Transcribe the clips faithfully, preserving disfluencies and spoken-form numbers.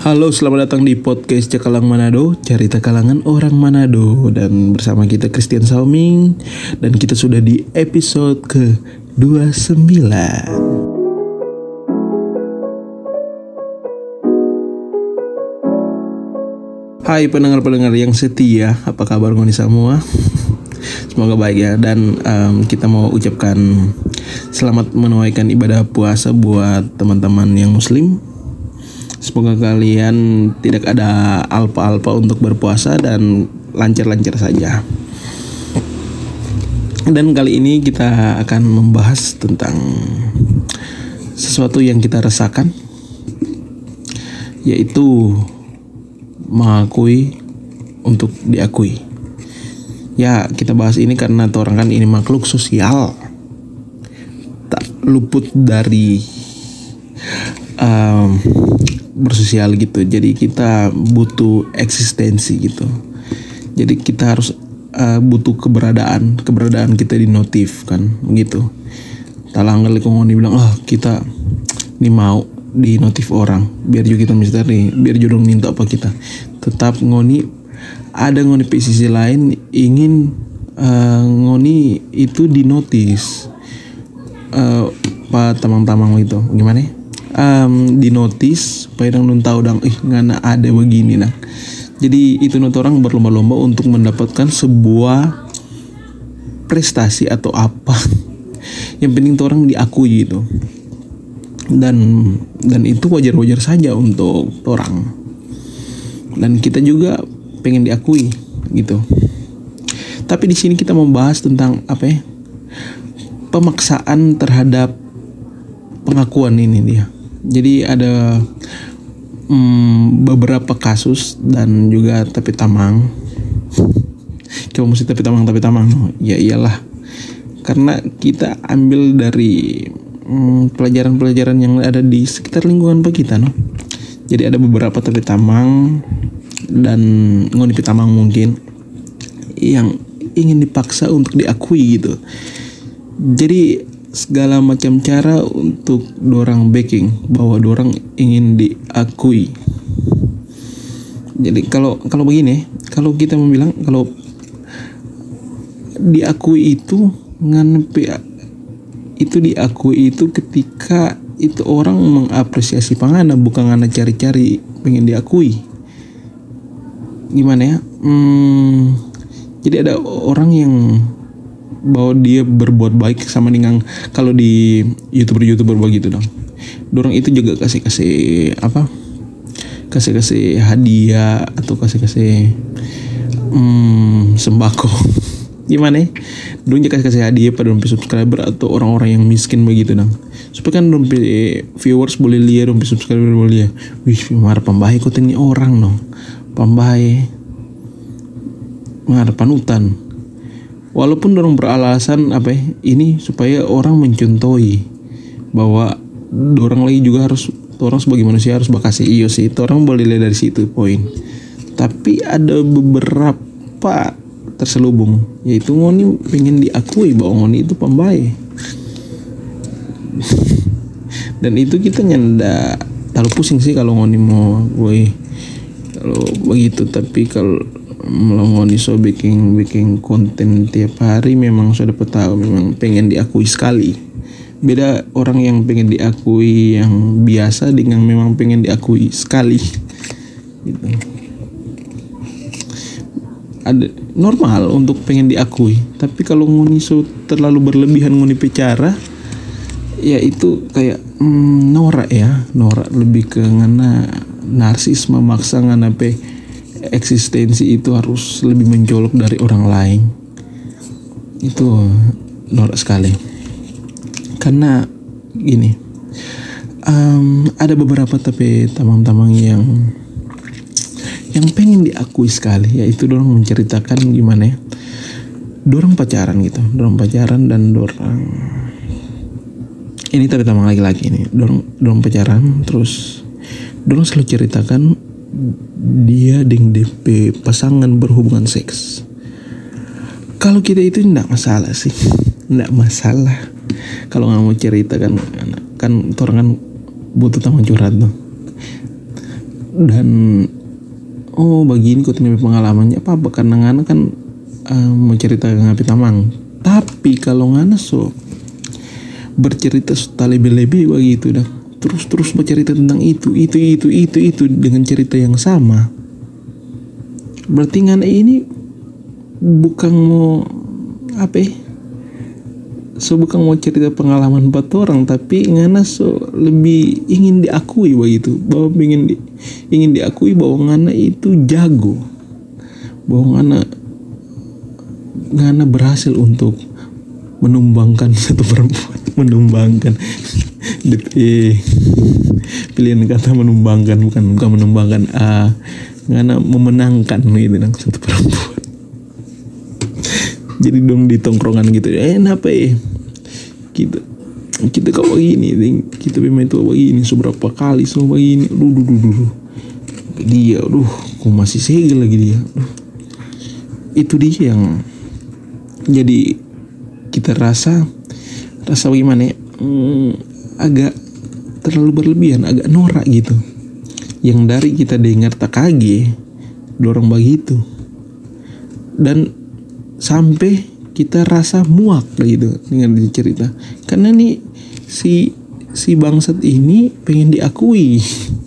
Halo, selamat datang di podcast Cakalang Manado, cerita kalangan orang Manado. Dan bersama kita Christian Saoming. Dan kita sudah di episode ke dua puluh sembilan. Hai pendengar-pendengar yang setia, apa kabar ngoni semua? Semoga baik ya. Dan um, kita mau ucapkan selamat menunaikan ibadah puasa buat teman-teman yang muslim. Semoga kalian tidak ada alpa-alpa untuk berpuasa dan lancar-lancar saja. Dan kali ini kita akan membahas tentang sesuatu yang kita rasakan, yaitu mengakui untuk diakui. Ya, kita bahas ini karena orang kan ini makhluk sosial, tak luput dari um, bersosial gitu. Jadi kita butuh eksistensi gitu. Jadi kita harus uh, butuh keberadaan, keberadaan kita di notif kan, begitu. Talanggal ngoni bilang, "Ah, oh, kita ini mau di notif orang, biar juga kita misteri, biar jodoh minta apa kita." Tetap ngoni ada ngoni di sisi lain ingin uh, ngoni itu di notis. Uh, Pak tamang-tamang itu gimana ya? Um, di notis supaya dang nun tahu dang ih ngana ada begini nah. Jadi itu nut orang berlomba-lomba untuk mendapatkan sebuah prestasi atau apa. Yang penting tuh orang diakui gitu. Dan dan itu wajar-wajar saja untuk orang. Dan kita juga pengen diakui gitu. Tapi di sini kita membahas tentang apa ya? Pemaksaan terhadap pengakuan ini dia. Jadi ada hmm, beberapa kasus dan juga tapi tamang. Coba mesti tapi tamang tapi tamang. Ya iyalah. Karena kita ambil dari hmm, pelajaran-pelajaran yang ada di sekitar lingkungan kita, no. Jadi ada beberapa tapi tamang dan ngoni tamang mungkin yang ingin dipaksa untuk diakui gitu. Jadi segala macam cara untuk dorang backing bahwa dorang ingin diakui. Jadi kalau kalau begini, kalau kita membilang kalau diakui itu nganepe itu diakui itu ketika itu orang mengapresiasi pangana, bukan ngana cari-cari pengen diakui. Gimana ya? Hmm, jadi ada orang yang bahwa dia berbuat baik sama dengan kalau di youtuber-youtuber begitu dong. Dorang itu juga kasih-kasih apa? Kasih-kasih hadiah atau kasih-kasih hmm, sembako. Gimana ya? Dorang juga kasih-kasih hadiah pada dompe subscriber atau orang-orang yang miskin begitu dong. Supaya kan dompe viewers boleh lihat, dompe subscriber boleh lihat. Wih, marah pambahe kok ini orang dong. Pambahe. Marah panutan. Walaupun dorang beralasan apa ya, ini supaya orang mencontohi bahwa dorang lagi juga harus, orang sebagai manusia harus bakasi. Iyo sih, itu orang boleh lihat dari situ poin. Tapi ada beberapa terselubung, yaitu ngoni pengen diakui bahwa ngoni itu pembaik. Dan itu kita nyanda terlalu pusing sih kalau ngoni mau gue kalau begitu. Tapi kalau melongoni so bikin bikin konten tiap hari memang sudah tahu memang pengen diakui sekali. Beda orang yang pengen diakui yang biasa dengan memang pengen diakui sekali gitu. Ada normal untuk pengen diakui, tapi kalau ngoni so terlalu berlebihan ngoni bicara ya itu kayak hmm, norak ya norak lebih ke ngana narsis, memaksa ngana pe eksistensi itu harus lebih mencolok dari orang lain. Itu norak sekali. Karena gini, um, ada beberapa tapi tamang-tamang yang yang pengen diakui sekali, yaitu dorang menceritakan gimana ya, dorang pacaran gitu, dorang pacaran dan dorang ini tapi tamang lagi-lagi ini, dorang dorang pacaran terus dorang selalu ceritakan dia dengan D P pasangan berhubungan seks. Kalau kita itu tidak masalah sih, tidak masalah. Kalau nggak mau cerita kan, kan orang kan butuh teman curhat tuh. dan oh begini kok ini pengalamannya apa apa karena ngana kan uh, mau cerita ngapi tamang, tapi kalau ngana so bercerita sudah lebih-lebih begitu dah, terus-terus bercerita tentang itu itu itu itu itu dengan cerita yang sama, berarti ngana ini bukan mau apa ya, so bukan mau cerita pengalaman empat orang, tapi ngana so lebih ingin diakui begitu, bahwa ingin di, ingin diakui bahwa ngana itu jago, bahwa ngana ngana berhasil untuk menumbangkan satu perempuan, menumbangkan eh, pilihan kata menumbangkan, bukan bukan menumbangkan, ah ngana memenangkan gitu dong satu perempuan. Jadi dong di tongkrongan gitu, eh kenapa ya kita kita kok begini, kita memang itu begini, seberapa kali semua begini, duh duh duh duh dia, duh kok masih segel lagi dia, duh. Itu dia yang jadi kita rasa rasa bagaimana ya, hmm, agak terlalu berlebihan, agak norak gitu, yang dari kita dengar tak kaget dorong begitu, dan sampai kita rasa muak gitu dengan cerita, karena nih si si bangsat ini pengen diakui,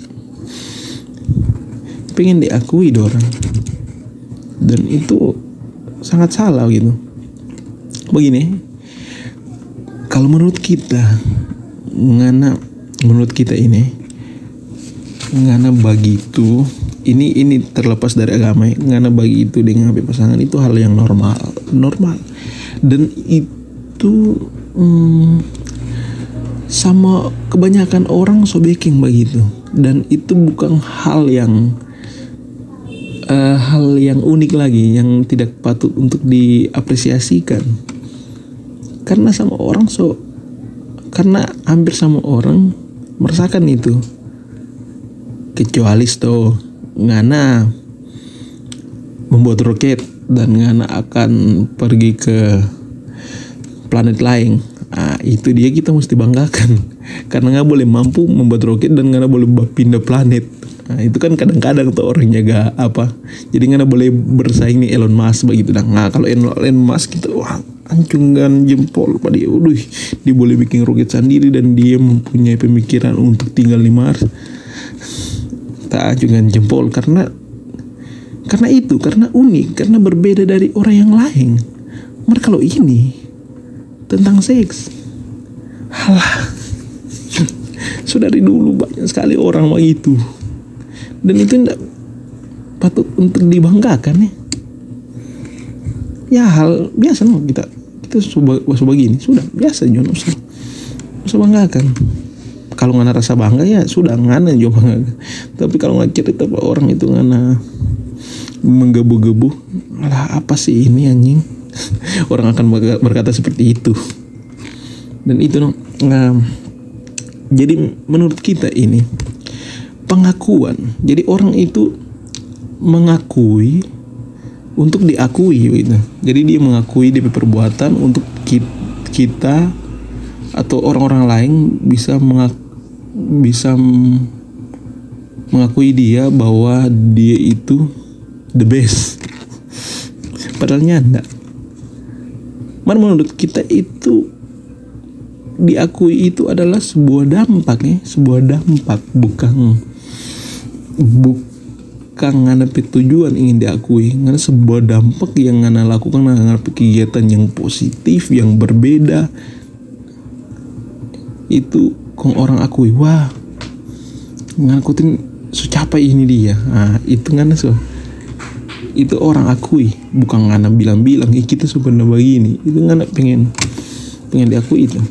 pengen diakui dorang, dan itu sangat salah gitu. Begini, kalau menurut kita ngana menurut kita ini ngana begitu, ini ini terlepas dari agama ya, ngana bagi itu dengan pasangan itu hal yang normal normal dan itu hmm, sama kebanyakan orang so baking begitu, dan itu bukan hal yang uh, hal yang unik lagi, yang tidak patut untuk diapresiasikan, karena sama orang so karena hampir sama orang merasakan itu, kecuali sto ngana membuat roket dan ngana akan pergi ke planet lain. Nah, itu dia kita mesti banggakan, karena nggak boleh mampu membuat roket dan nggak boleh pindah planet. Nah, itu kan kadang-kadang tuh orang jaga apa, jadi nggak boleh bersaing nih Elon Musk begitu. Nah kalau Elon Musk kita wah ancungan jempol pada dia, udah dia boleh bikin roket sendiri dan dia mempunyai pemikiran untuk tinggal di Mars. Tak ancungan jempol karena karena itu karena unik, karena berbeda dari orang yang lain. Mereka kalau ini tentang seks, halah sudah dari dulu banyak sekali orang begitu, dan itu tidak patut untuk dibanggakan ya. Ya hal biasa no, kita kita coba coba begini sudah biasa, jangan usah usah banggakan. Kalau ngana rasa bangga ya sudah ngana juga bangga, tapi kalau nggak cerita apa orang itu ngana menggebu-gebu, alah apa sih ini anjing. Orang akan berkata seperti itu, dan itu no, nah, jadi menurut kita ini pengakuan, jadi orang itu mengakui untuk diakui gitu. Jadi dia mengakui dia perbuatan untuk kita atau orang-orang lain bisa mengak, bisa mengakui dia bahwa dia itu the best. Padahal nyanda. Mana menurut kita itu diakui itu adalah sebuah dampak ya, sebuah dampak, bukan bukan ngana tujuan ingin diakui, ngana sebuah dampak yang ngana lakukan, ngana kegiatan yang positif yang berbeda itu kong orang akui, wah ngana kutin secapai ini dia. Nah itu ngana so itu orang akui, bukan ngana bilang-bilang eh, kita sebenarnya begini. Itu ngana pengen pengen diakui itu.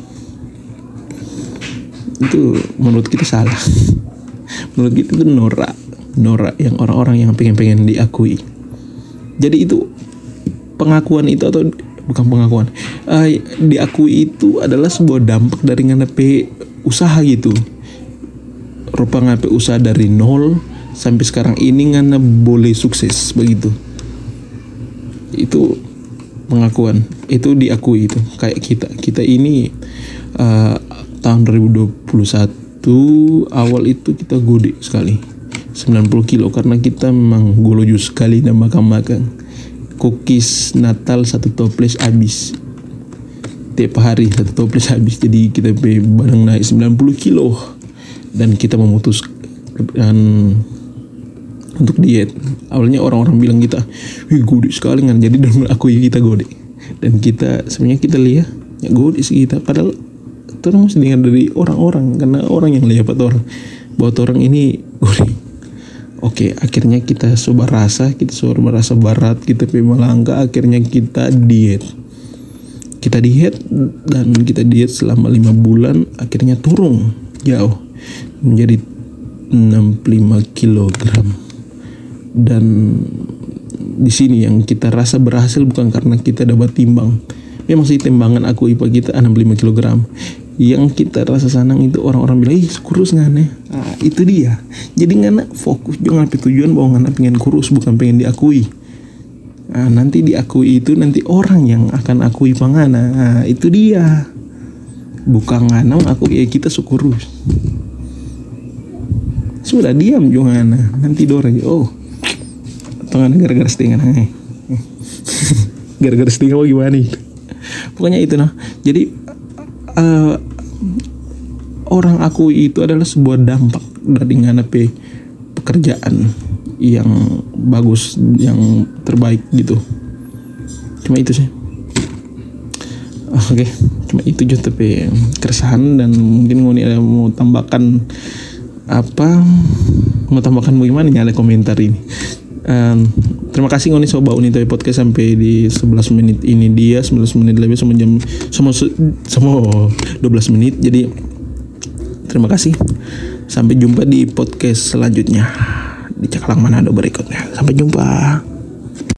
Itu menurut kita salah. Menurut kita itu norak, norak yang orang-orang yang pengen-pengen diakui. Jadi itu pengakuan itu atau bukan pengakuan, uh, diakui itu adalah sebuah dampak dari ngana pe usaha gitu. Rupa ngape usaha dari nol sampai sekarang ini ngana boleh sukses begitu. Itu pengakuan, itu diakui itu. Kayak kita, kita ini uh, tahun dua ribu dua puluh satu awal itu kita gede sekali. sembilan puluh kilo karena kita memang golojo sekali dan makan-makan. Cookies Natal satu toples habis. Tiap hari satu toples habis. Jadi kita barang naik sembilan puluh kilo dan kita memutuskan untuk diet. Awalnya orang-orang bilang kita, "Wih, gede sekali kan." Jadi dan aku kita gede. Dan kita sebenarnya kita lihat ya gede sih kita, padahal itu harus dengar dari orang-orang karena orang yang lihat orang bahwa orang ini gede. Oke, akhirnya kita coba rasa, kita coba rasa berat, kita pergi melangkah, akhirnya kita diet. Kita diet dan kita diet selama lima bulan, akhirnya turun jauh menjadi enam puluh lima kilogram. Dan di sini yang kita rasa berhasil bukan karena kita dapat timbang. Memang sih timbangan aku I P A kita enam puluh lima kilogram. Yang kita rasa senang itu orang-orang bilang, ih kurus ngane. Nah, itu dia. Jadi ngana fokus jangan tujuan bahwa ngana pengen kurus, bukan pengen diakui. Nah, nanti diakui itu nanti orang yang akan akui pangana. Nah, itu dia. Bukan ngana aku ya kita sukurus. Sudah diam jangan ngana. Nanti dora aja. Oh. Atau ngana gara-gara setengah. Gara-gara setengah gimana itu? Pokoknya itu nah. Jadi Uh, orang akui itu adalah sebuah dampak dari nganape pekerjaan yang bagus, yang terbaik gitu. Cuma itu sih. Oh, Oke, okay. Cuma itu juga tapi keresahan dan mungkin ngoni ada mau tambahkan apa? Mau tambahkan bagaimana ya ada komentar ini. Um, terima kasih ngoni sobat Unitoy Podcast sampai di sebelas menit ini dia sebelas menit lebih sama jam sama sama dua belas menit. Jadi terima kasih. Sampai jumpa di podcast selanjutnya di Cakalang Manado berikutnya. Sampai jumpa.